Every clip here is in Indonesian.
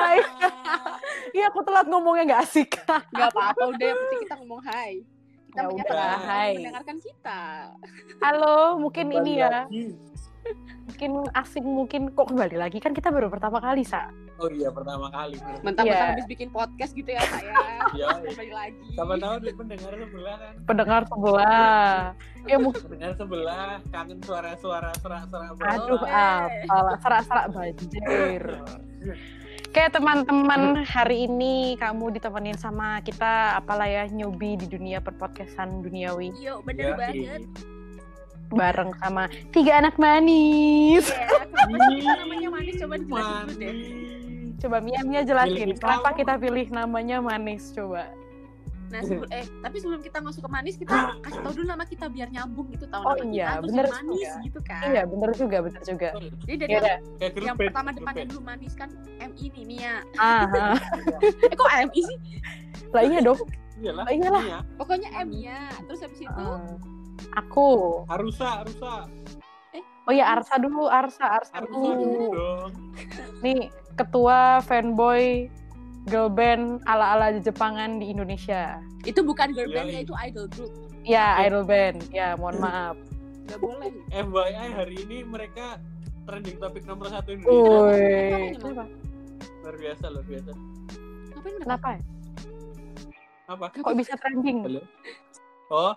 hai. Iya, aku telat ngomongnya nggak asik. Nggak apa-apa, udah yang penting kita ngomong hai. Kita Ya menyapa udah, teman-teman hai. yang mendengarkan kita. Halo, mungkin Kembali ini ya, lagi. mungkin asing, mungkin kok kembali lagi kan kita baru pertama kali, Sa. Oh iya, pertama kali. Mentang-mentang Iya. habis bikin podcast gitu ya saya. Iya. Kembali lagi. Sama tahu di pendengar sebelah kan. Pendengar sebelah. Ya mungkin Pendengar sebelah kangen suara-suara serak-serak. aduh Oh, apalah serak-serak banjir. Oke teman-teman, hari ini kamu ditemenin sama kita apalah ya, newbie di dunia perpodcastan duniawi Yo, bener banget. bareng sama 3 anak manis. Iya, kenapa sih namanya manis? Coba dijelasin dulu deh. Coba Mia jelasin Milih kenapa kamu. kita pilih namanya manis, coba. Nah, tapi sebelum kita masuk ke manis, kita kasih tau dulu nama kita biar nyambung gitu, tahu Oh nama iya, kita terus bener jadi manis juga. gitu kan. Iya, bener juga. Jadi dari Yaudah. Kayak grup yang band, pertama grup depannya band. dulu manis kan MI nih, Mia. Ah, Kok MI sih? lah iya dong. Iyalah. Oh, iyalah. Iya. Pokoknya M ya. Terus habis itu Aku. Arusa. Oh ya, Arsa dulu. Arusa dulu. dong. Nih, ketua fanboy girl band ala-ala Jepangan di Indonesia. itu bukan girl band Iya. ya, itu idol group. Ya, idol band. Ya, mohon maaf. Gak boleh. FYI hari ini mereka trending topik nomor 1 Indonesia. Woi. Kenapa? Luar biasa. Ngapain mereka? Kenapa? Apa? Kok bisa trending? Halo. Oh.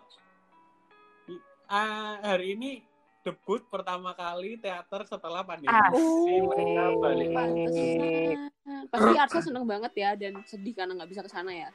Hari ini debut pertama kali teater setelah pandemi. Asik. Mereka balik. Pantesan. Pasti Arsa seneng banget ya dan sedih karena nggak bisa kesana ya.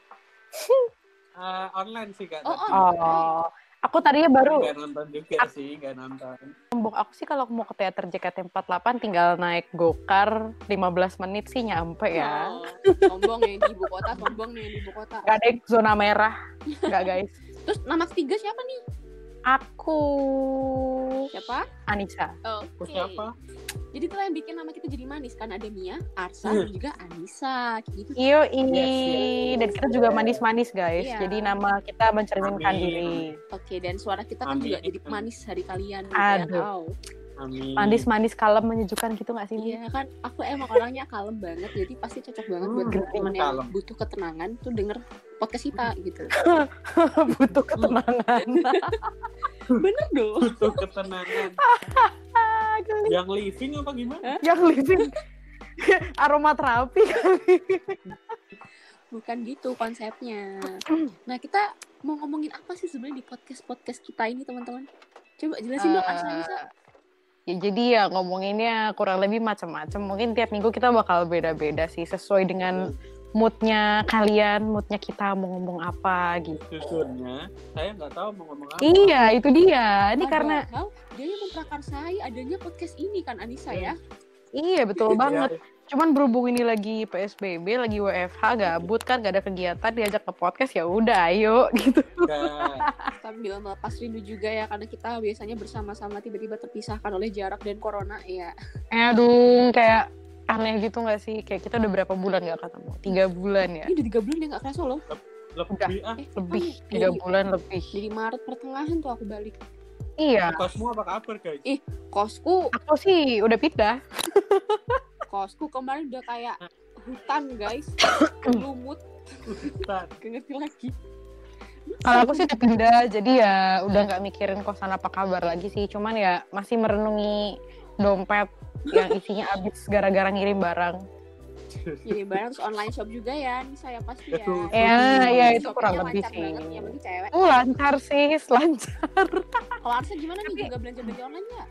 Online sih Kak. Oh, Oh, aku tadinya baru Nggak nonton juga sih, nggak nonton. aku sih kalau mau ke teater JKT48 tinggal naik gokar 15 menit sih nyampe ya. Oh, sombong ya di ibu kota, sombong nih di ibu kota. Gak ada yang zona merah. Gak guys. Terus nama ketiga siapa nih? Aku Siapa? Anissa. Oke. Siapa? Jadi itulah yang bikin nama kita jadi manis kan, ada Mia, Arsa, dan juga Anissa gitu. Iyo Yes. dan kita juga manis-manis guys. Iya. Jadi nama kita mencerminkan Amin. diri. Oke, dan suara kita kan Amin. juga jadi manis hari kalian gitu Aduh. ya. Wow. Amin. Manis-manis kalem menyejukkan gitu gak sih? Iya kan, aku emang orangnya kalem banget, jadi pasti cocok banget buat teman-teman yang kalem. butuh ketenangan tuh denger podcast kita gitu. Butuh ketenangan. Bener dong. Butuh ketenangan. Geli. Yang living apa gimana? Yang living aromaterapi kali. Bukan gitu konsepnya. Nah, kita mau ngomongin apa sih sebenarnya di podcast kita ini, teman-teman? Coba jelasin dong, Arsa, Anissa. Ya, jadi ya ngomonginnya kurang lebih macam-macam. Mungkin tiap minggu kita bakal beda-beda sih sesuai dengan moodnya kalian, moodnya kita mau ngomong apa gitu. Jujurnya, saya nggak tahu mau ngomong apa. Iya, itu dia. Ini karena Padahal dia yang memprakarsai adanya podcast ini kan, Anissa ya. iya betul banget. Ya, Cuman berhubung ini lagi PSBB, lagi WFH, gabut kan, gak ada kegiatan, diajak ke podcast ya udah, ayo gitu. nggak. Sambil melepas rindu juga ya, karena kita biasanya bersama-sama tiba-tiba terpisahkan oleh jarak dan corona ya. Aduh, kayak aneh gitu gak sih? Kayak kita udah berapa bulan gak ketemu? 3 bulan ya? Ini udah 3 bulan ya, nggak kerasa loh. Lebih Lebih, Iya. 3 bulan lebih. Jadi Maret pertengahan tuh aku balik. Iya, Kosmu apa kabar guys? Kosku aku sih udah pindah. kemarin udah kayak hutan guys, lumut, Hutan. gak ngerti lagi. Kalau aku sih udah pindah, jadi ya udah nggak mikirin kosan apa kabar lagi sih. Cuman ya masih merenungi dompet yang isinya habis gara-gara ngirim barang. Jadi barang terus online shop juga ya, ini saya pasti ya. Betul. Ya itu Shopnya kurang lebih lancar sih. banget, yang penting cewek. Lancar sih, lancar. Kalau Arsa gimana nih, juga belanja-belanja online nggak?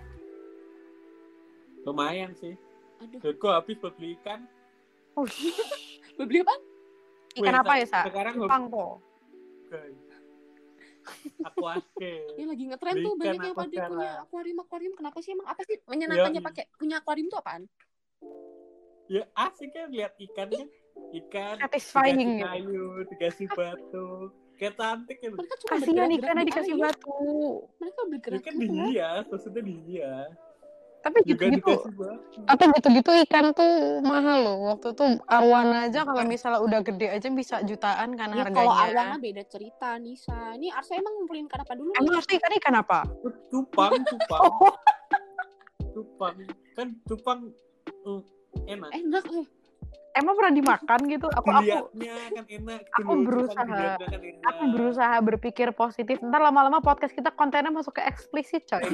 Lumayan sih. Aduh, Duitku habis buat beli ikan. beli apa? Ikan Weh, apa ya, Sa? Sekarang Jepang po. guys. Aku aja. Ini lagi ngetren tuh, Beli banyak ikan yang apa pada sekarang? punya akuarium. Kenapa sih, emang apa sih menyenangkannya Iya. pakai punya akuarium tuh apaan? Ya asik kan lihat ikan kan. Ikan Satisfying dikasih gitu. kayu, dikasih batu. Kayak cantik kan. Mereka cuma Kasihan bergerak-gerak ikannya di dikasih air. batu. Mereka Ya bergerak kan dihias, maksudnya dihias. Tapi Juga gitu-gitu, dikasih batu. tapi gitu-gitu ikan tuh mahal loh. Waktu tuh arwana aja kalau misalnya udah gede aja bisa jutaan kan Ya, harganya. kalau arwana beda cerita, Nisa. Ini Arsa emang ngumpulin ikan apa dulu? Emang harusnya ikan apa? Cupang. Oh. Cupang. Kan cupang enak. Enak loh. emang pernah dimakan gitu? Dilihatnya kan enak. Aku dulu berusaha. kan dilihatnya kan enak. Aku berusaha berpikir positif. Ntar lama-lama podcast kita kontennya masuk ke eksplisit, coy.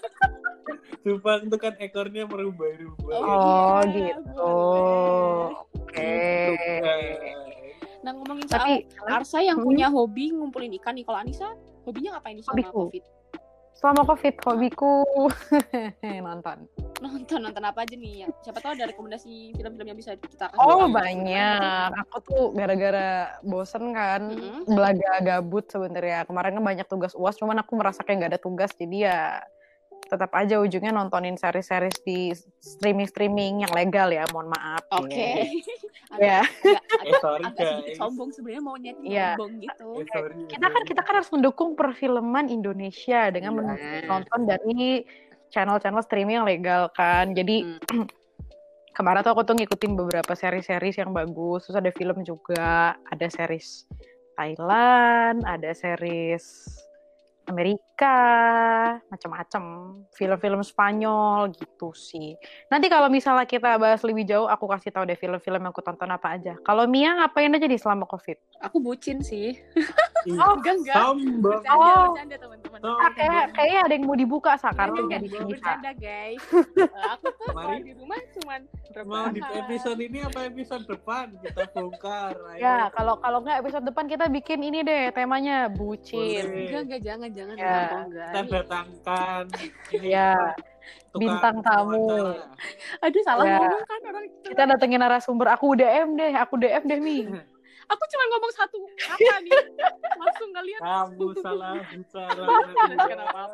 Sumpah itu kan ekornya merubah-rubah. Oh, iya, gitu. boleh. Oke. Nah, ngomongin soal Tapi Arsa yang punya hobi ngumpulin ikan nih. Kalau Anissa, hobinya ngapain nih selama Hobiku. COVID? selama COVID hobiku nonton. Nonton apa aja nih? Siapa tahu ada rekomendasi film-film yang bisa kita kasih. Oh, tahu. banyak. Aku tuh gara-gara bosen kan, belaga gabut sebenarnya. Kemarin kan banyak tugas UAS, cuman aku merasa kayak nggak ada tugas, jadi ya tetap aja ujungnya nontonin series-series di streaming yang legal ya, mohon maaf. Oke. Ya. Sorry agak sedikit guys. sombong sebenarnya mau niatnya Iya. sombong gitu. Sorry. Kita kan harus mendukung perfilman Indonesia dengan menonton dari channel-channel streaming yang legal kan. Jadi kemarin tuh aku tuh ngikutin beberapa series-series yang bagus. Terus ada film juga, ada series Thailand, ada series Amerika, macam-macam, film-film Spanyol gitu sih. Nanti kalau misalnya kita bahas lebih jauh, aku kasih tahu deh film-film yang aku tonton apa aja. Kalau Mia ngapain aja nih selama COVID? Aku bucin sih. Oh, enggak. Sombong. Bercanda teman-teman. Kayaknya ada yang mau dibuka kartunya di sini. Bercanda guys. Aku tuh kalau di rumah cuman Mau di episode ini apa episode depan kita bongkar. Ayo. Ya, kalau nggak episode depan kita bikin ini deh, temanya bucin. Boleh. Enggak jangan Ya. enggak. Kita datangkan ini Ya, tukang bintang tamu. wawancara. Aduh salah Ya. ngomong kan orang itu. Kita datengin narasumber, aku DM deh Mi. Aku cuma ngomong satu kata nih. Langsung ngeliat. Kamu salah bicara. Kenapa?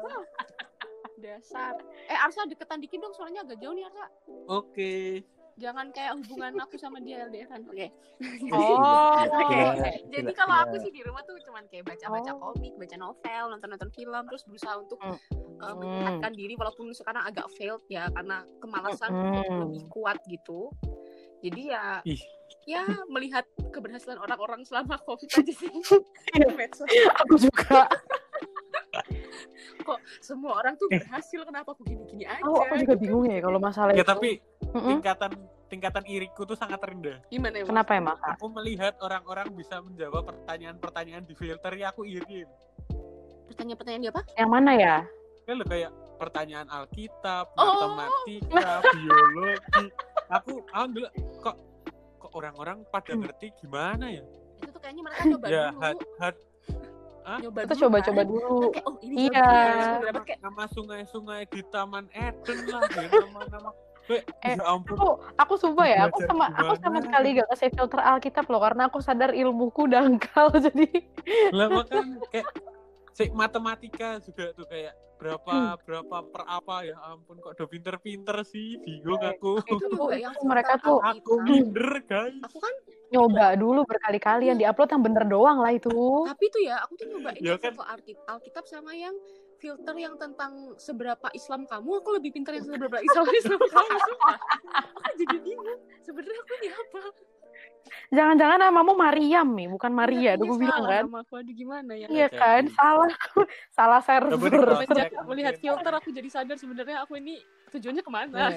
Dasar. Arsa deketan dikit dong, suaranya agak jauh nih Arsa. Oke. Jangan kayak hubungan aku sama dia LDR-an. Oke. Oh, Oke. Ya, Jadi kalau aku sih di rumah tuh cuman kayak baca-baca komik, baca novel, nonton-nonton film, terus berusaha untuk menyehatkan diri walaupun sekarang agak failed ya karena kemalasan untuk lebih kuat gitu. Jadi ya melihat keberhasilan orang-orang selama COVID aja sih. aku juga. Kok semua orang tuh berhasil, kenapa aku gini-gini aja? Aku juga bingung ya kalau masalah Ya itu. tapi tingkatan iriku tuh sangat rendah. Gimana emang? Kenapa emang? Aku melihat orang-orang bisa menjawab pertanyaan-pertanyaan di filter ya aku iri. Pertanyaan-pertanyaan dia apa? Yang mana ya? Kan lo kayak pertanyaan Alkitab, Oh. matematika, biologi. Aku dulu kok orang-orang pada ngerti gimana ya? Itu tuh kayaknya mereka coba Ya, dulu. Nyoba Kita dulu coba-coba kan. dulu. Kayak, oh ini Iya. dapat kayak Nama sungai-sungai di Taman Eden lah, ya, nama-nama. Ya ampun. Aku sumpah ya, aku Belajar sama gimana? sekali gak kasih filter Alkitab loh, karena aku sadar ilmuku dangkal jadi. Lah makan kayak matematika juga tuh kayak berapa per apa ya ampun kok udah pinter-pinter sih, bingung aku. itu juga yang mereka filter tuh Aku Alkitab. minder guys. Aku kan Nyoba dulu berkali-kali yang diupload yang bener doang lah itu. tapi tuh ya aku tuh nyobain Ya yang kan? filter Alkitab sama yang filter yang tentang seberapa Islam kamu. Aku lebih pintar yang seberapa Islam kamu. Sumpah. Aku jadi bingung sebenarnya aku ini apa. Jangan-jangan namamu Mariam nih, bukan Maria. Aduh, gue bilang kan. Nama aku aduh gimana ya. Iya kan, salah server. Coba di-cross Semenjak check melihat mungkin. filter aku jadi sadar sebenarnya aku ini tujuannya kemana.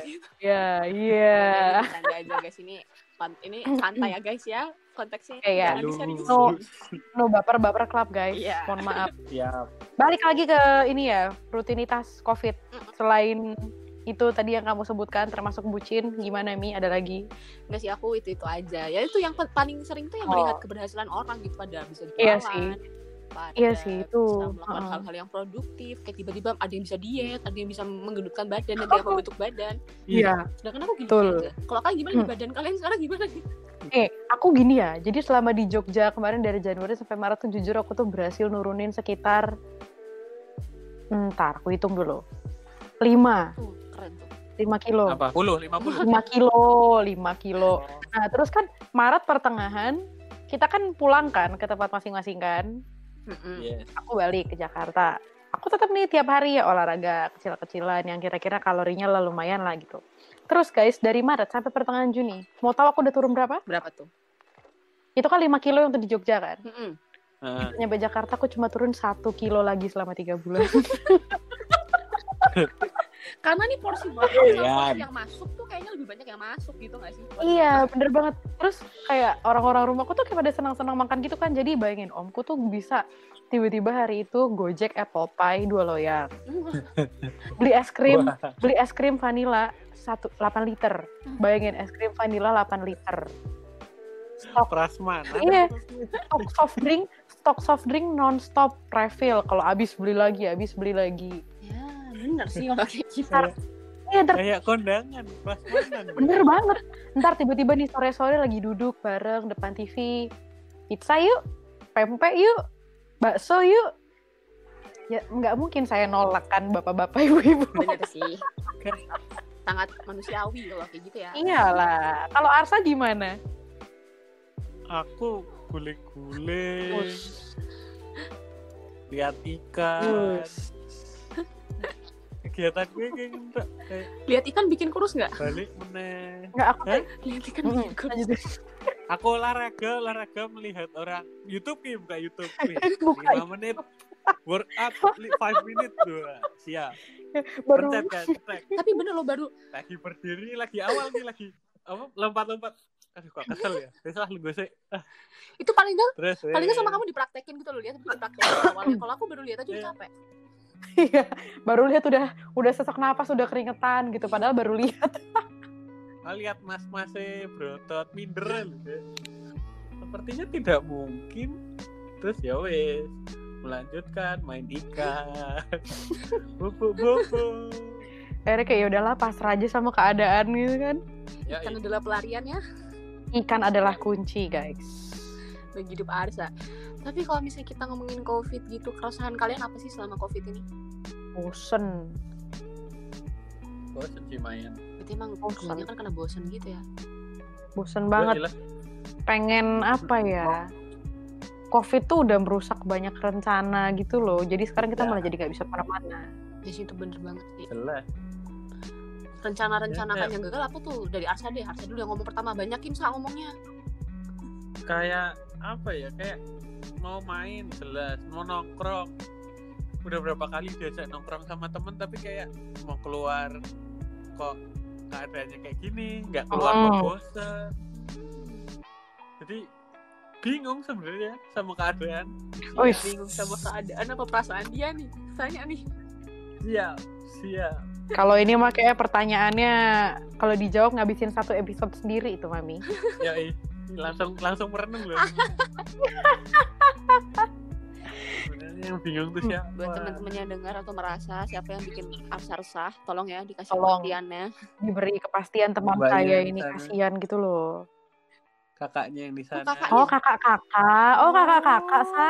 Iya. Bercanda aja guys, ini santai ya guys ya konteksnya. Iya. Jangan diseriusin. No baper club guys. Iya. Mohon maaf. Ya, Balik lagi ke ini ya, rutinitas COVID. Selain itu tadi yang kamu sebutkan termasuk bucin, gimana Mi? Ada lagi? Enggak sih, aku itu aja. Ya itu yang paling sering tuh yang melihat keberhasilan orang gitu, pada bisa jualan. Iya sih. Pada Iya sih, itu. bisa melakukan hal-hal yang produktif, kayak tiba-tiba ada yang bisa diet, ada yang bisa menggendutkan badan, ada yang membentuk badan. Iya. Sedangkan aku gini Betul. aja. Kalau kalian gimana nih, badan kalian sekarang gimana nih? Aku gini ya. Jadi selama di Jogja kemarin dari Januari sampai Maret tuh jujur aku tuh berhasil nurunin sekitar aku hitung dulu. 5 Keren tuh. kilo. apa? 50. 5 kilo. Nah, terus kan Maret pertengahan kita kan pulang kan ke tempat masing-masing kan. Yes. Aku balik ke Jakarta. Aku tetap nih tiap hari ya olahraga kecil-kecilan yang kira-kira kalorinya lah lumayan lah gitu. Terus guys, dari Maret sampai pertengahan Juni, mau tahu aku udah turun berapa? Berapa tuh? Itu kan 5 kilo yang tuh di Jogja kan. Nah, Nyampe Jakarta aku cuma turun 1 kilo lagi selama 3 bulan. Karena nih porsi buat porsi yang masuk tuh kayaknya lebih banyak yang masuk gitu nggak sih? Iya, bener banget. Terus kayak orang-orang rumahku tuh kayak pada senang-senang makan gitu kan. Jadi bayangin omku tuh bisa tiba-tiba hari itu Gojek apple pie 2 loyang. Beli es krim vanilla 8 liter. Bayangin es krim vanilla 8 liter. Prasmanan. Iya. Stok soft drink non-stop refill. Kalau habis beli lagi. Ya, bener sih kalau kayak gitu. Iya, kayak kondangan, prasmanan. Bener banget. Ntar tiba-tiba nih sore-sore lagi duduk bareng depan TV. Pizza yuk, pempek yuk, bakso yuk. Ya nggak mungkin saya nolak kan bapak-bapak ibu-ibu. Bener sih. Sangat manusiawi kalau kayak gitu ya. Iyalah. Kalau Arsa gimana? Aku guling-guling, lihat ikan. Kegiatan gue kayak gitu. Lihat ikan bikin kurus nggak? Balik meneh. Nggak, aku lihat ikan bikin kurus. Aku olahraga melihat orang YouTube nih, buka YouTube nih. 5 menit workout 5 menit tuh. Siap. Baru kan. Tapi bener lo baru lagi berdiri, lagi awal nih, lagi lompat-lompat. Aduh, kok kesel ya. Terus lah gue sih. Itu paling nggak sama Terus kamu dipraktekin gitu lo, lihat dipraktekin awalnya. Kalau aku baru lihat aja udah capek. Iya, baru lihat udah sesak napas, udah keringetan gitu. Padahal baru lihat. Lihat mas-masnya berotot minder gitu. Sepertinya tidak mungkin. Terus ya wes, melanjutkan main ikan. Bubu. Akhirnya kayak ya udahlah pasrah aja sama keadaan gitu kan. Ikan adalah pelarian ya. Ikan adalah kunci, guys. Bagi hidup Arsa. Tapi kalau misalnya kita ngomongin COVID gitu, keresahan kalian apa sih selama COVID ini? Bosen sih main. Berarti emang bosannya kan karena bosen gitu ya? Bosen banget. Pengen apa ya? COVID tuh udah merusak banyak rencana gitu loh. Jadi sekarang kita malah jadi gak bisa kemana-mana. Ya sih, itu bener banget sih. Jelas. Rencana-rencana kan yang gagal apa tuh? Dari Arsa dulu yang ngomong pertama. Banyakin ngomongnya. Kayak apa ya? Kayak mau main jelas, mau nongkrong. Udah berapa kali diajak nongkrong sama temen, tapi kayak mau keluar kok keadaannya kayak gini, nggak keluar kok bosan. Jadi bingung sebenarnya sama keadaan. Bingung sama keadaan apa perasaan dia nih? Tanya nih. Siap. Kalau ini mah kayak pertanyaannya kalau dijawab ngabisin 1 episode sendiri itu, Mami. Ya, langsung merenung loh. Sebenarnya yang bingung tuh siapa? Buat teman-teman yang dengar atau merasa siapa yang bikin Arsa resah, tolong ya dikasih kepastiannya. Diberi kepastian teman saya ini kasihan gitu loh. Kakaknya yang di sana. Kakak-kakak. Kakak-kakak, Sa.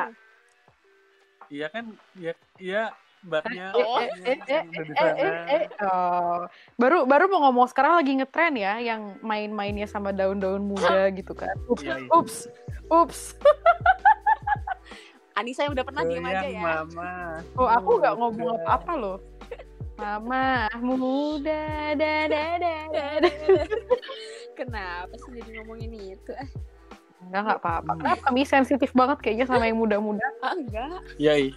Iya kan? Iya. Mbaknya baru mau ngomong sekarang lagi ngetren ya yang main-mainnya sama daun-daun muda gitu kan. Ups. Anissa yang udah pernah diam aja ya. Mama. Aku nggak ngomong apa-apa loh. Mama muda Kenapa sih jadi ngomongin itu? Enggak apa-apa. Kenapa kami sensitif banget kayaknya sama yang muda-muda? Enggak. Iya.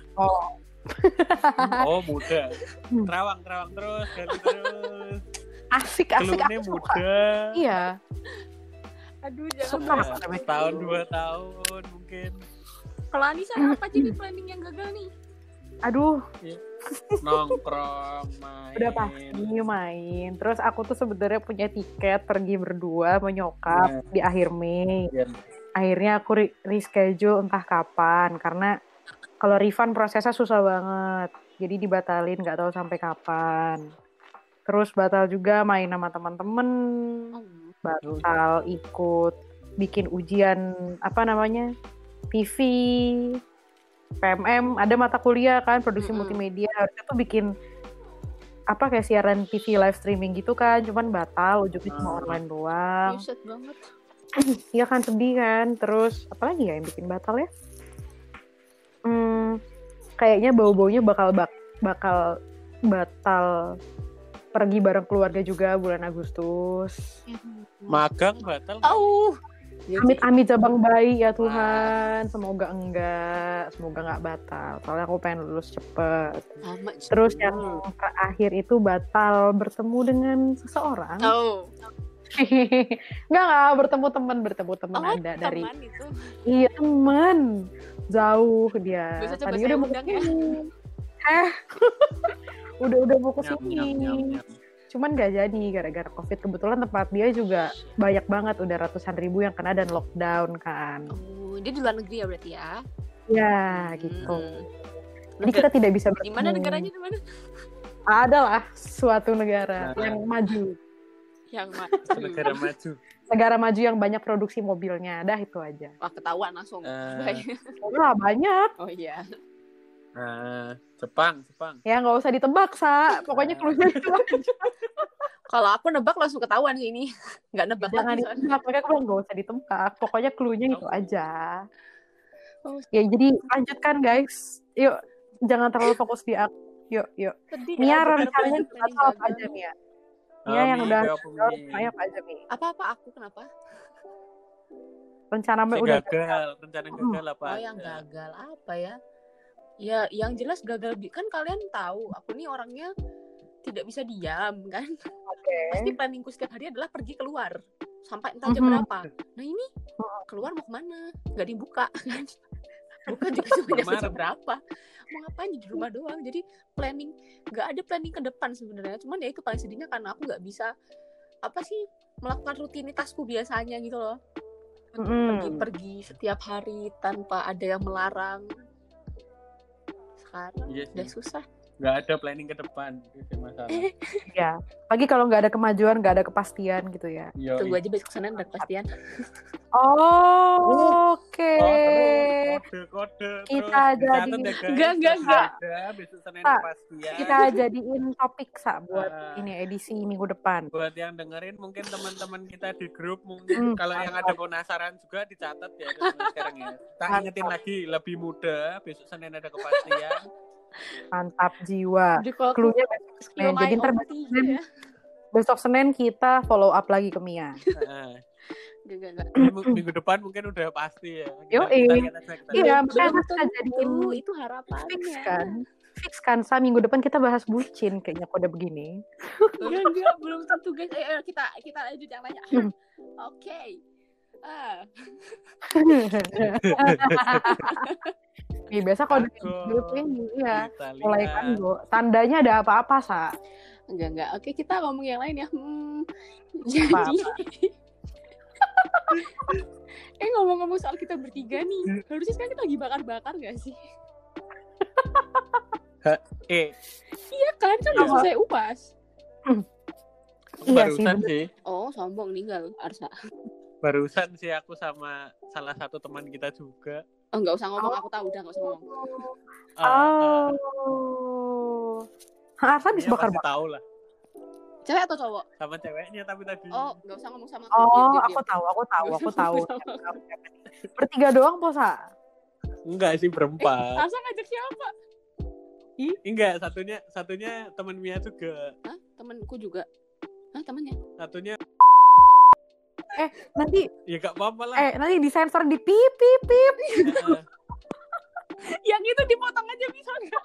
Muda. Terawang terus. Asik Telurnya aku muda. Suka. Iya. Aduh, jangan. Tahun 2 tahun mungkin. Kalau Anissa apa jadi planning yang gagal nih? Aduh. Nongkrong, main. Udah pasti main. Terus aku tuh sebenarnya punya tiket pergi berdua sama nyokap di akhir Mei. Akhirnya aku reschedule entah kapan karena kalau refund prosesnya susah banget. Jadi dibatalin nggak tahu sampai kapan. Terus batal juga main sama teman-teman. Batal ikut bikin ujian TV, PMM, ada mata kuliah kan produksi multimedia. Harusnya tuh bikin kayak siaran TV live streaming gitu kan, cuman batal, ujungnya cuma online doang. Buset banget. Iya kan, sedih kan. Terus apalagi ya yang bikin batal ya? Kayaknya bau-baunya bakal batal pergi bareng keluarga juga bulan Agustus. Magang batal. Amit-amit cabang bayi ya Tuhan. Semoga nggak batal. Soalnya aku pengen lulus cepet. Terus yang terakhir itu batal bertemu dengan seseorang. Nggak bertemu teman ada dari. Itu. Iya teman. Jauh dia. Tadi udah mau kesini. udah mau kesini. Cuman gak jadi gara-gara COVID. Kebetulan tempat dia juga banyak banget, udah ratusan ribu yang kena dan lockdown kan. Dia di luar negeri ya berarti ya? Ya gitu. Jadi kita tidak bisa bertemu. Di mana negaranya, di mana? Adalah suatu negara yang maju. Negara maju. Negara maju yang banyak produksi mobilnya. Dah itu aja. Wah ketahuan langsung. Wah banyak. Oh iya. Jepang. Ya nggak usah ditebak, Sa. Pokoknya cluenya itu aja. Kalau aku nebak langsung ketahuan sih ini. Nggak nebak. Jangan ditebak, makanya aku nggak usah ditebak. Pokoknya cluenya itu aja. Ya jadi lanjutkan guys. Yuk, jangan terlalu fokus di aku. Yuk. Mia rencananya apa aja Mia? Mia yang udah ayo apa aja Mia? Apa aku kenapa? Rencana udah gagal apa? Oh yang gagal apa ya? Ya, yang jelas gagal kan kalian tahu, aku nih orangnya tidak bisa diam kan. Pasti planningku setiap hari adalah pergi keluar sampai entah jam berapa. Nah ini keluar mau kemana? Gak dibuka kan? Bukan juga sebenarnya jam berapa? Mau ngapain di rumah doang? Jadi gak ada planning ke depan sebenarnya. Cuman ya itu paling sedihnya karena aku gak bisa melakukan rutinitasku biasanya gitu loh. Pergi setiap hari tanpa ada yang melarang. Sekarang udah susah. Nggak ada planning ke depan itu masalah. Iya. Pagi kalau nggak ada kemajuan, nggak ada kepastian gitu ya. Tunggu aja besok Senin ada kepastian. Oke. Kode. Kita jadi enggak. Besok Senin kepastian. Kita jadiin topik buat ini edisi minggu depan. Buat yang dengerin mungkin teman-teman kita di grup mungkin kalau yang ada penasaran juga dicatat ya sekarang ya. Kita ingetin lagi lebih muda, besok Senin ada kepastian. Mantap jiwa. Cluenya besok Senin. Jadi ntar besok Senin kita follow up lagi ke Mia. Minggu depan mungkin udah pasti ya. Iya, kita jadiin itu harapannya. Fix kan, minggu depan kita bahas bucin kayaknya kode begini. Enggak, belum tentu guys. Kita lanjut yang lainnya. Oke. Nih, biasa kalau di grup ini ya mulai kan tandanya ada apa-apa Sa. Enggak. Oke, kita ngomong yang lain ya. Jadi ngomong-ngomong soal kita bertiga nih, harusnya sekarang kita lagi bakar-bakar gak sih? Iya kan udah selesai UAS. Barusan sih. Oh sombong ninggal Arsa. Barusan sih aku sama salah satu teman kita juga. Oh nggak usah ngomong, aku tahu udah nggak usah ngomong. Arsa bisa bakar-bakar. Tahu lah. Cewek atau cowok? Sama ceweknya tapi tadi. Oh nggak usah ngomong sama aku. Aku tahu. Bertiga doang Posa? Enggak sih berempat. Arsa ngajak siapa? Enggak, satunya teman Mia juga. Hah? Temanku juga. Hah, temannya? Satunya nanti ya gak apa-apa lah. Nanti disensor di pip. Yang itu dipotong aja bisa enggak?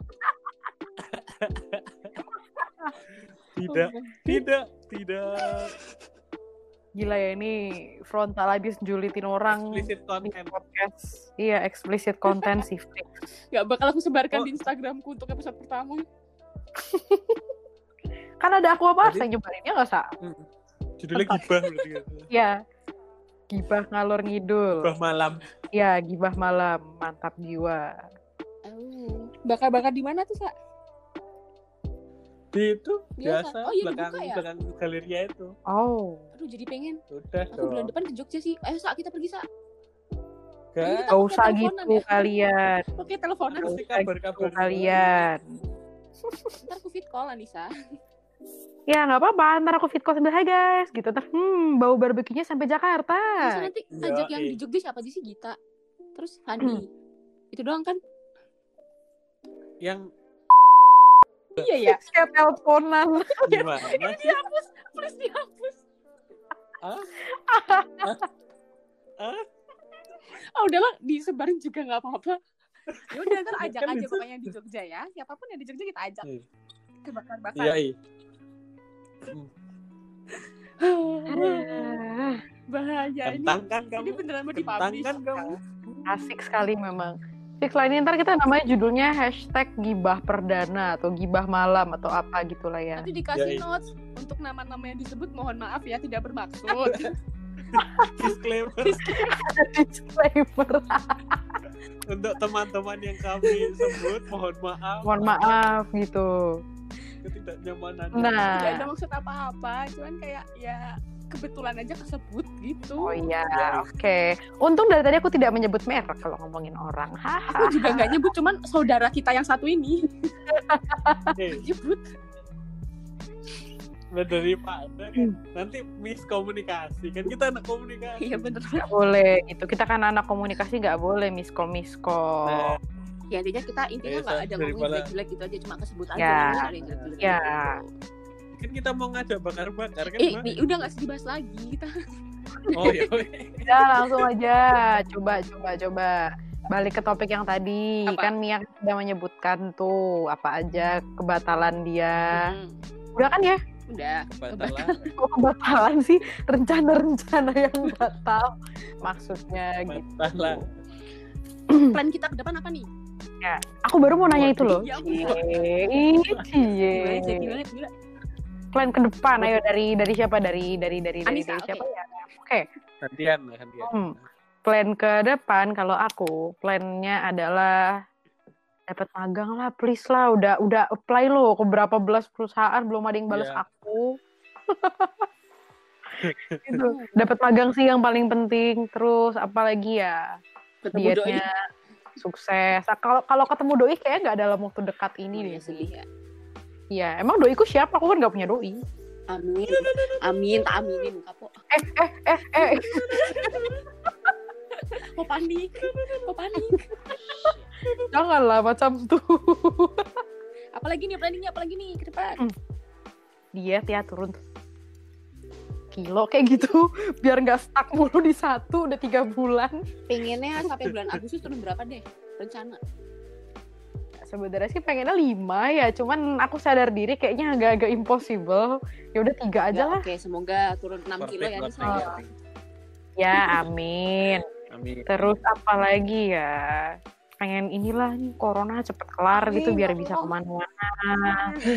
Tidak. Gila ya ini frontal habis julitin orang. Explicit content. Podcast. Iya, explicit content sih. Gak bakal aku sebarkan di Instagramku untuk episode pertama. Kan ada aku apa yang nyebarinnya nggak Sa? Judulnya gibah berarti kan? Iya. Gibah ngalor ngidul. Gibah malam. Iya, gibah malam. Mantap jiwa. Bakar-bakar di mana tuh, Sa? Di itu biasa. Oh, iya, belakang galerinya itu. Oh. Aduh, jadi pengen. Udah aku bulan depan ke Jogja sih. Ayo, Sa, kita pergi, Sa. Gak usah gitu ya. Kalian. Oke, teleponan. Pasti kabar-kabar kalian. Ntar aku fit call, Anissa. Ya nggak apa-apa, ntar aku fit call sambil hai guys gitu. Ntar bau barbeque-nya sampai Jakarta. Terus nanti ajak yang di Jogja siapa aja sih? Gita. Terus Hani. Itu doang kan? Yang iya ya. Kayak teleponan. Gimana? Ini dihapus, please dihapus. Udahlah disebarin juga nggak apa-apa. Ya udah ntar ajak Kan aja bisa. pokoknya di Jogja ya. Siapapun yang di Jogja kita ajak. Kita bakar-bakar. Iya. Bahaya ini. Kentang kan Ini kamu? beneran mau Kentang dipublish. kan kamu? Asik sekali memang. Fix lah ini ntar kita namanya judulnya #gibah perdana atau gibah malam atau apa gitulah ya. Nanti dikasih Yoi. notes untuk nama-nama yang disebut mohon maaf ya tidak bermaksud. Disclaimer Disclaimer. untuk teman-teman yang kami sebut, mohon maaf. Mohon maaf gitu. Ketidaknyamanan. Nah. Tidak ada maksud apa-apa, cuman kayak ya kebetulan aja kesebut gitu. Oh iya, oke. Untung dari tadi aku tidak menyebut merek kalau ngomongin orang. Aku juga nggak nyebut, cuman saudara kita yang satu ini nyebut. Dari Pak Anda kan nanti miskomunikasi kan, kita anak komunikasi. Iya bener. Nggak boleh gitu. Kita kan anak komunikasi nggak boleh miskom. Nah, Ya intinya nggak ada ngomongin daripada- jelek-jelek gitu aja, cuma kesebut aja. Ya. Nggak ada yang jelek-jelek Ya. gitu. kan kita mau ngajak bakar-bakar kan. Bang? Nih udah nggak usah dibahas lagi kita. Oh iya. Ya langsung aja. Coba. Balik ke topik yang tadi. Apa? Kan Mia sudah menyebutkan tuh apa aja kebatalan dia. Hmm. Udah kan ya? Udah. Batalan. Kok kebatalan sih? Rencana-rencana yang batal. Maksudnya gitu. Batalan. Plan kita ke depan apa nih? Ya, aku baru mau nanya itu loh. Ya Cie. Gila. Plan ke depan, ayo dari siapa? Dari Anissa, siapa oke. ya? Oke. Gantian. Plan ke depan kalau aku, plannya adalah dapat magang lah, please lah. Udah apply loh ke berapa belas perusahaan, belum ada yang balas Iya. aku. Gitu. Dapat magang sih yang paling penting. Terus apalagi ya? Ketemu doi. Dietnya sukses. Kalau ketemu doi kayaknya nggak dalam waktu dekat ini deh sih. sedih ya. Iya, emang doiku siapa? Aku kan nggak punya doi. Amin, tak aminin kapok. Kok panik? Janganlah macam tuh. Apalagi nih planningnya ke depan? Diet ya turun kilo kayak gitu biar nggak stuck mulu di satu udah 3 bulan. Pengennya sampai bulan Agustus turun berapa deh rencana? Sebenarnya sih pengennya 5 ya, cuman aku sadar diri kayaknya agak-agak impossible. Ya udah 3 aja lah. Oke, semoga turun 6 kilo ya Nisa. Ya amin. Amin. Terus apa lagi ya? Pengen inilah nih corona cepet kelar Amin, gitu biar ya bisa Allah. kemana-mana.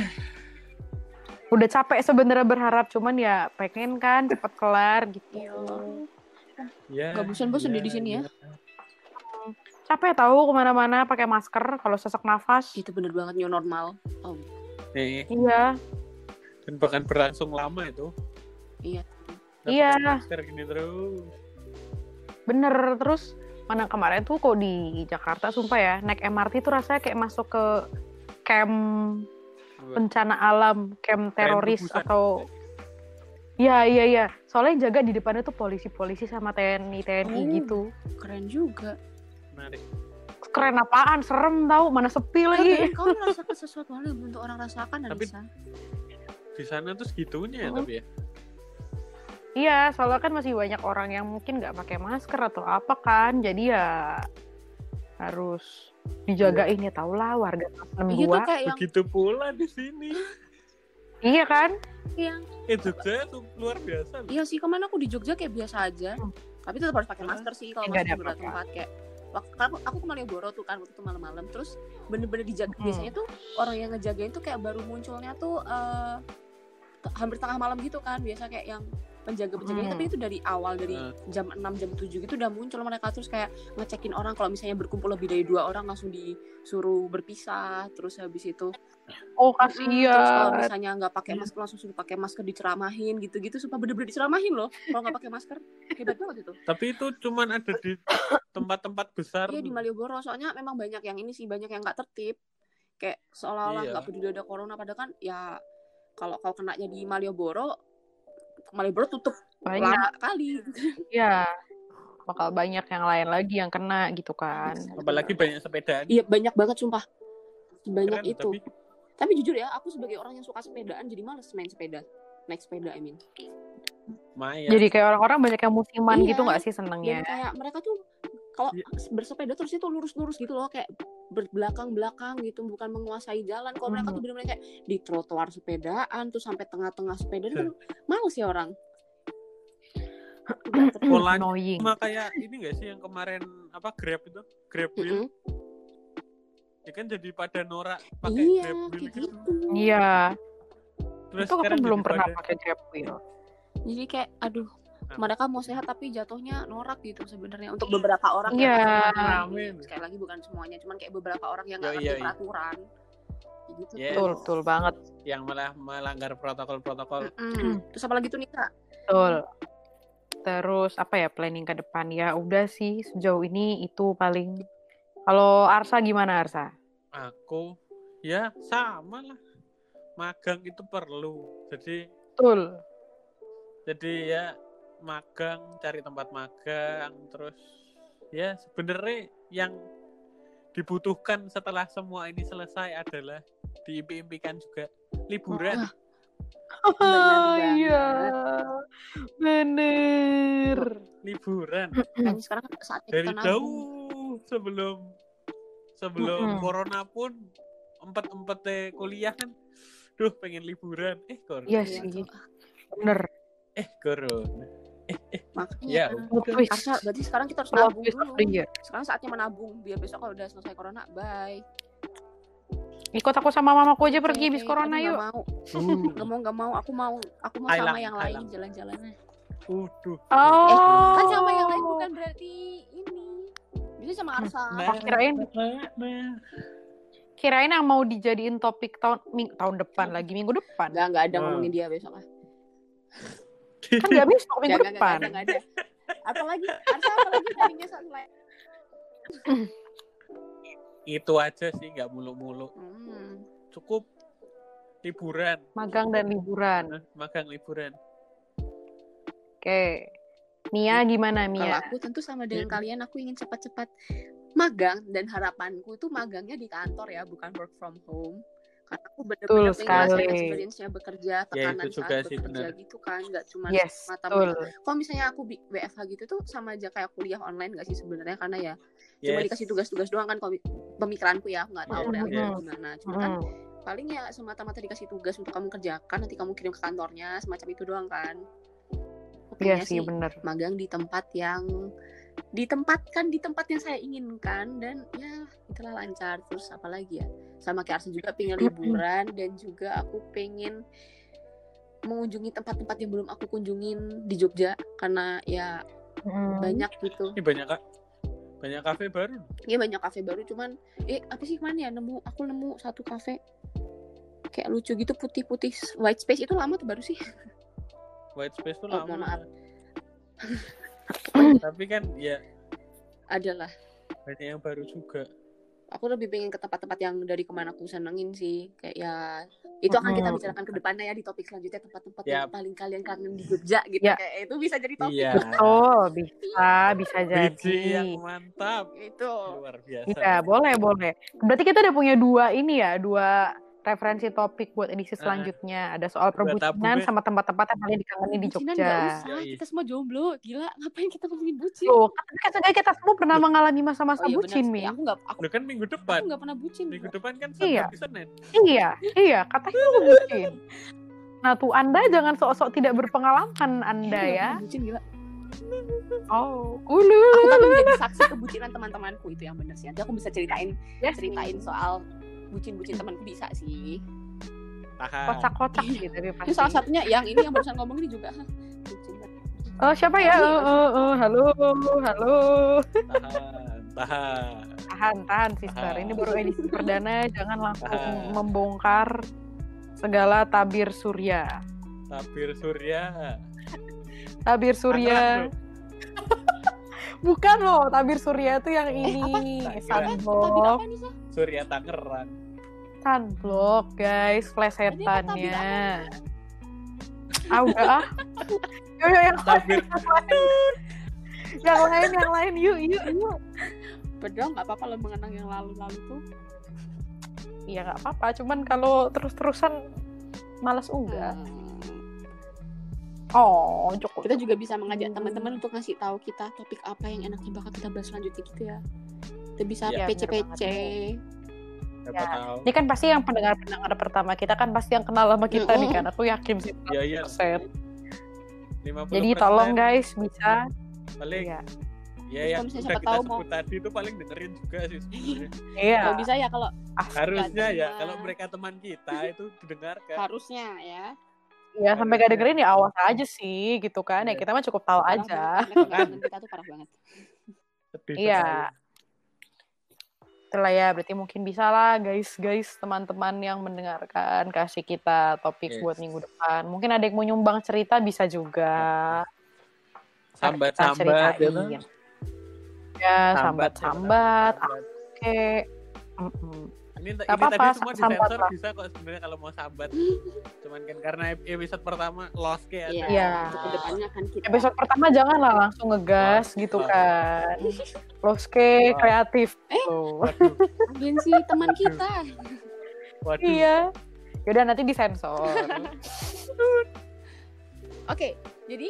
Udah capek sebenarnya berharap, cuman ya pengen kan cepet kelar gitu. Ya. Gak bosan-bosan deh di sini ya. Capek tahu kemana-mana pakai masker kalau sesak nafas. Itu bener banget new normal. Iya. Dan bahkan berlangsung lama itu. Iya. Iya. Masker gini terus. Bener. Terus mana kemarin tuh kok di Jakarta sumpah ya naik MRT tuh rasanya kayak masuk ke camp bencana alam, camp teroris rebusan. atau iya. Soalnya jaga di depannya tuh polisi sama TNI gitu. Keren juga. Menarik. Keren apaan? Serem tau, mana sepi lagi. Kau merasakan sesuatu hal yang belum orang rasakan, Tapi- Anissa. Di sana tuh segitunya ya tapi ya. Iya, soalnya kan masih banyak orang yang mungkin nggak pakai masker atau apa kan, jadi ya harus dijagain ya tau lah warga kelas Iya tuh 62. kayak yang Begitu pula di sini. Iya kan? Jogja tuh luar biasa. iya sih kemana aku di Jogja kayak biasa aja. Tapi tetap harus pakai masker sih kalau Nggak masuk ada ke beberapa apa-apa. tempat kayak aku ke Malioboro tuh kan waktu itu malam-malam terus bener-bener dijaga. Hmm. Biasanya tuh orang yang ngejagain tuh kayak baru munculnya tuh hampir tengah malam gitu kan, biasa kayak yang penjaga-penjaganya tapi itu dari awal dari jam 6 jam 7 gitu udah muncul mereka terus kayak ngecekin orang kalau misalnya berkumpul lebih dari 2 orang langsung disuruh berpisah, terus habis itu Oh terus kalau kasihan. misalnya nggak pakai masker langsung suruh pakai masker, diceramahin gitu-gitu supaya bener-bener diceramahin loh kalau nggak pakai masker. Hebat banget itu. Tapi itu cuman ada di tempat-tempat besar. Iya di Malioboro soalnya memang banyak yang ini sih, banyak yang nggak tertib kayak seolah-olah Iya. nggak peduli ada corona padahal kan ya kalau kenanya di Malioboro tutup Banyak. lama kali. Iya. Bakal banyak yang lain lagi yang kena gitu kan. Apalagi banyak sepedaan. Iya banyak banget sumpah, sebanyak Keren, itu. Tapi jujur ya aku sebagai orang yang suka sepedaan jadi males naik sepeda I mean. Lumayan. Jadi kayak orang-orang banyak yang musiman Iya. gitu nggak sih senengnya? Dan kayak mereka tuh kalau bersepeda terus itu lurus-lurus gitu loh, kayak berbelakang-belakang gitu, bukan menguasai jalan. Kalau mereka tuh benar-benar kayak di trotoar sepedaan tuh sampai tengah-tengah sepeda itu kan males ya orang. Polanya Annoying. cuma kayak ini nggak sih yang kemarin apa Grab itu, Grab Wheel. Ya kan jadi pada norak pakai Grab Wheel gitu. Iya. Terus Itu aku sekarang belum jadi pernah pada- pakai Grab Wheel. Jadi kayak aduh, mereka mau sehat tapi jatuhnya norak gitu sebenarnya untuk beberapa orang. Iya. Amin. Sekali lagi bukan semuanya, cuman kayak beberapa orang yang nggak Iya, ngerti iya. peraturan. Gitu Yes. Betul banget. Yang malah melanggar protokol-protokol. Terus apa lagi tuh Nika? Betul. Terus apa ya planning ke depan? Ya udah sih sejauh ini itu paling. Kalau Arsa gimana Arsa? Aku ya sama lah. Magang itu perlu. Betul. Jadi ya magang, cari tempat magang, terus ya sebenarnya yang dibutuhkan setelah semua ini selesai adalah diimpi-impikan juga liburan. Iya. Bener. Liburan Kan sekarang saatnya dari kita nabung. jauh sebelum corona pun empat-empatnya kuliah kan, duh pengen liburan, corona. Iya sih. Bener. Corona. Makanya Ya, Twist. Arsa, berarti sekarang kita harus Plot nabung twist of dulu. the year. Sekarang saatnya menabung biar besok kalau udah selesai corona, bye. Ikut aku sama mamaku aja pergi Oke, bis corona aduh, yuk. Nggak mau. Aku mau Thailand, sama yang Thailand. lain jalan-jalannya. Waduh. Oh. Kan sama yang lain bukan berarti ini. Bisa sama Arsa. Kirain yang mau dijadiin topik tahun depan lagi, minggu depan. Nggak ada ngomongin dia besok lah. Kan nggak besok, minggu Nggak depan. ada. Apalagi Arsa carinya satu lain. Itu aja sih, nggak muluk-muluk. Cukup liburan. Magang dan liburan. Magang liburan. Oke. Mia gimana Kalau Mia? aku tentu sama dengan kalian, aku ingin cepat-cepat magang, dan harapanku tuh magangnya di kantor ya, bukan work from home. Karena aku benar-benar Betul pengen ngerasain sekali. experience-nya bekerja, tekanan itu juga saat sih, bekerja benar. gitu kan, nggak cuma Yes, mata-mata. betul. Kalau misalnya aku WFH gitu tuh sama aja kayak kuliah online nggak sih sebenarnya, karena ya cuma dikasih tugas-tugas doang kan, kalau pemikiranku ya, aku nggak tahu realitanya gimana. Cuma kan paling ya semata-mata dikasih tugas untuk kamu kerjakan, nanti kamu kirim ke kantornya, semacam itu doang kan. Iya Pengennya sih bener. magang di tempat yang ditempatkan di tempat yang saya inginkan, dan ya itulah lancar. Terus apa lagi ya, sama kayak Arsa juga pengen liburan, dan juga aku pengen mengunjungi tempat-tempat yang belum aku kunjungin di Jogja, karena ya banyak gitu. Ini banyak kafe baru. Iya banyak kafe baru, cuman apa sih kemana ya, aku nemu satu kafe kayak lucu gitu, putih-putih, white space. Itu lama tuh baru sih. White space tuh Mohon lama. maaf. Tapi kan ya Adalah. banyak yang baru juga. Aku lebih pengen ke tempat-tempat yang dari kemana aku senengin sih, kayak ya itu akan kita bicarakan ke depannya ya di topik selanjutnya, tempat-tempat yang paling kalian kangen di Jogja gitu. Kayak itu bisa jadi topik. Iya. Oh, bisa jadi. Biji yang mantap. Itu Luar biasa. Iya, boleh. Berarti kita udah punya dua referensi topik buat edisi selanjutnya. Ada soal perbucinan sama tempat-tempat yang paling dikangenin di bucinan Jogja. nggak usah, kita semua jomblo, gila, ngapain kita ngomongin bucin? Tuh, kan kita semua pernah mengalami masa-masa iya, bucin, Mi. Aku nggak kan minggu depan. Aku nggak pernah bucin. Minggu depan kan Iya. Senin. Iya, katanya lu bucin. Nah tuh, Anda jangan sok-sok tidak berpengalaman Anda ya. Bucin gila. Oh, Aku kan menjadi saksi kebucinan teman-temanku, itu yang benar sih. Nanti aku bisa ceritain soal bucin-bucin temanku, bisa sih. Tahan. Kocak-kocak gitu tapi Ini pasti. salah satunya yang ini yang barusan ngomong ini juga. Bucin. Oh, siapa ya? Halo. Tahan, sister. Ini baru edisi perdana, jangan langsung membongkar segala tabir surya. Bukan loh, tabir surya itu yang ini. Sunblock. Surya Tangerang. Sunblock, guys, plesetannya. Udah. Yo, yang lain. Yuk. Padahal nggak apa-apa lo mengenang yang lalu-lalu tuh. Iya nggak apa-apa, cuman kalau terus-terusan malas enggak. Oh, cukup. Kita juga bisa mengajak teman-teman untuk ngasih tahu kita topik apa yang enaknya bakal kita bahas selanjutnya gitu ya. Kita bisa Iya, PC-PC. Siapa tahu. Ini kan pasti yang pendengar-pendengar pertama kita kan pasti yang kenal sama kita nih kan. Aku yakin sih 100%. 50%. Jadi tolong guys bisa. Paling Iya. ya yang Terus udah siapa kita tahu sebut tadi itu paling dengerin juga sih sebenarnya. Iya. Kalau bisa ya kalau Harusnya ya teman. kalau mereka teman kita itu didengarkan. harusnya ya. Iya, sampai gak dengerin ya awas aja sih gitu kan. Ya Iya. kita mah cukup tahu Parah aja. banget, teman kita tuh parah banget. Sedih Iya. sekali. Itulah ya, berarti mungkin bisa lah guys, teman-teman yang mendengarkan kasih kita topik Yes. buat minggu depan. Mungkin ada yang mau nyumbang cerita bisa juga. Sambat-sambat Kita ya ceritain. Ya, sambat-sambat. Oke. Ini Gak tadi apa-apa, semua sambat disensor lah. bisa kok sebenarnya kalau mau sambat. Cuman kan karena episode pertama lost kayak ada. Iya. Untuk kedepannya kan kita Episode pertama janganlah langsung ngegas gitu kan. Loske kreatif. Tuh. Waduh, agensi teman kita. waduh. Iya. Yaudah nanti disensor. Oke, jadi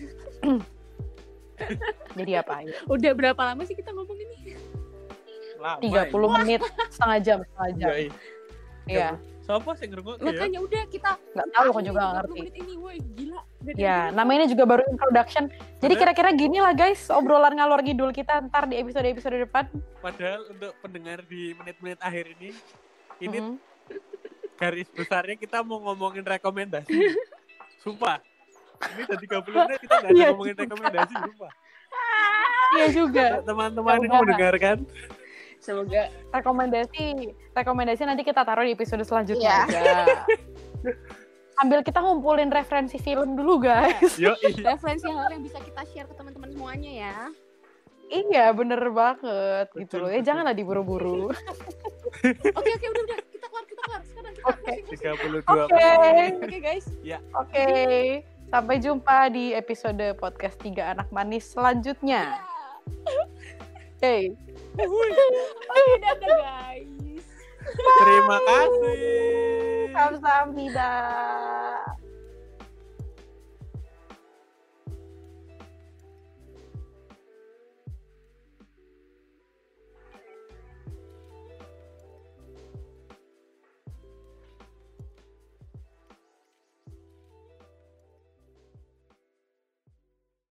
Jadi apa ya? udah berapa lama sih kita ngomong ini? Lama 30 menit, setengah jam. ya. Iya. Siapa sih ngerungok ya? Makanya udah kita Nggak tahu, aku juga nggak 30 ngerti. menit ini, woi gila. Ya, namanya juga baru introduction. Jadi kira-kira gini lah guys, obrolan ngalor ngidul kita ntar di episode-episode depan. Padahal untuk pendengar di menit-menit akhir ini Mm-mm. garis besarnya kita mau ngomongin rekomendasi. Sumpah. Ini udah 30 menit kita nggak ada Iya, ngomongin rekomendasi, sumpah. Iya juga. Teman-teman yang udah. mendengarkan. Semoga Rekomendasi nanti kita taruh di episode selanjutnya Iya. aja. Sambil kita ngumpulin referensi film dulu guys. Yo, referensi hal yang bisa kita share ke teman-teman semuanya ya. Iya, bener banget gitu Betul, loh. Ya betul. janganlah diburu-buru. Oke, udah kita keluar. Sekarang kita Oke. pusing-pusing. 32 Oke. menit. Oke guys. Oke. Sampai jumpa di episode podcast 3 Anak Manis selanjutnya. Hey. Oke, dadah guys. Terima kasih. Kamsahamnida.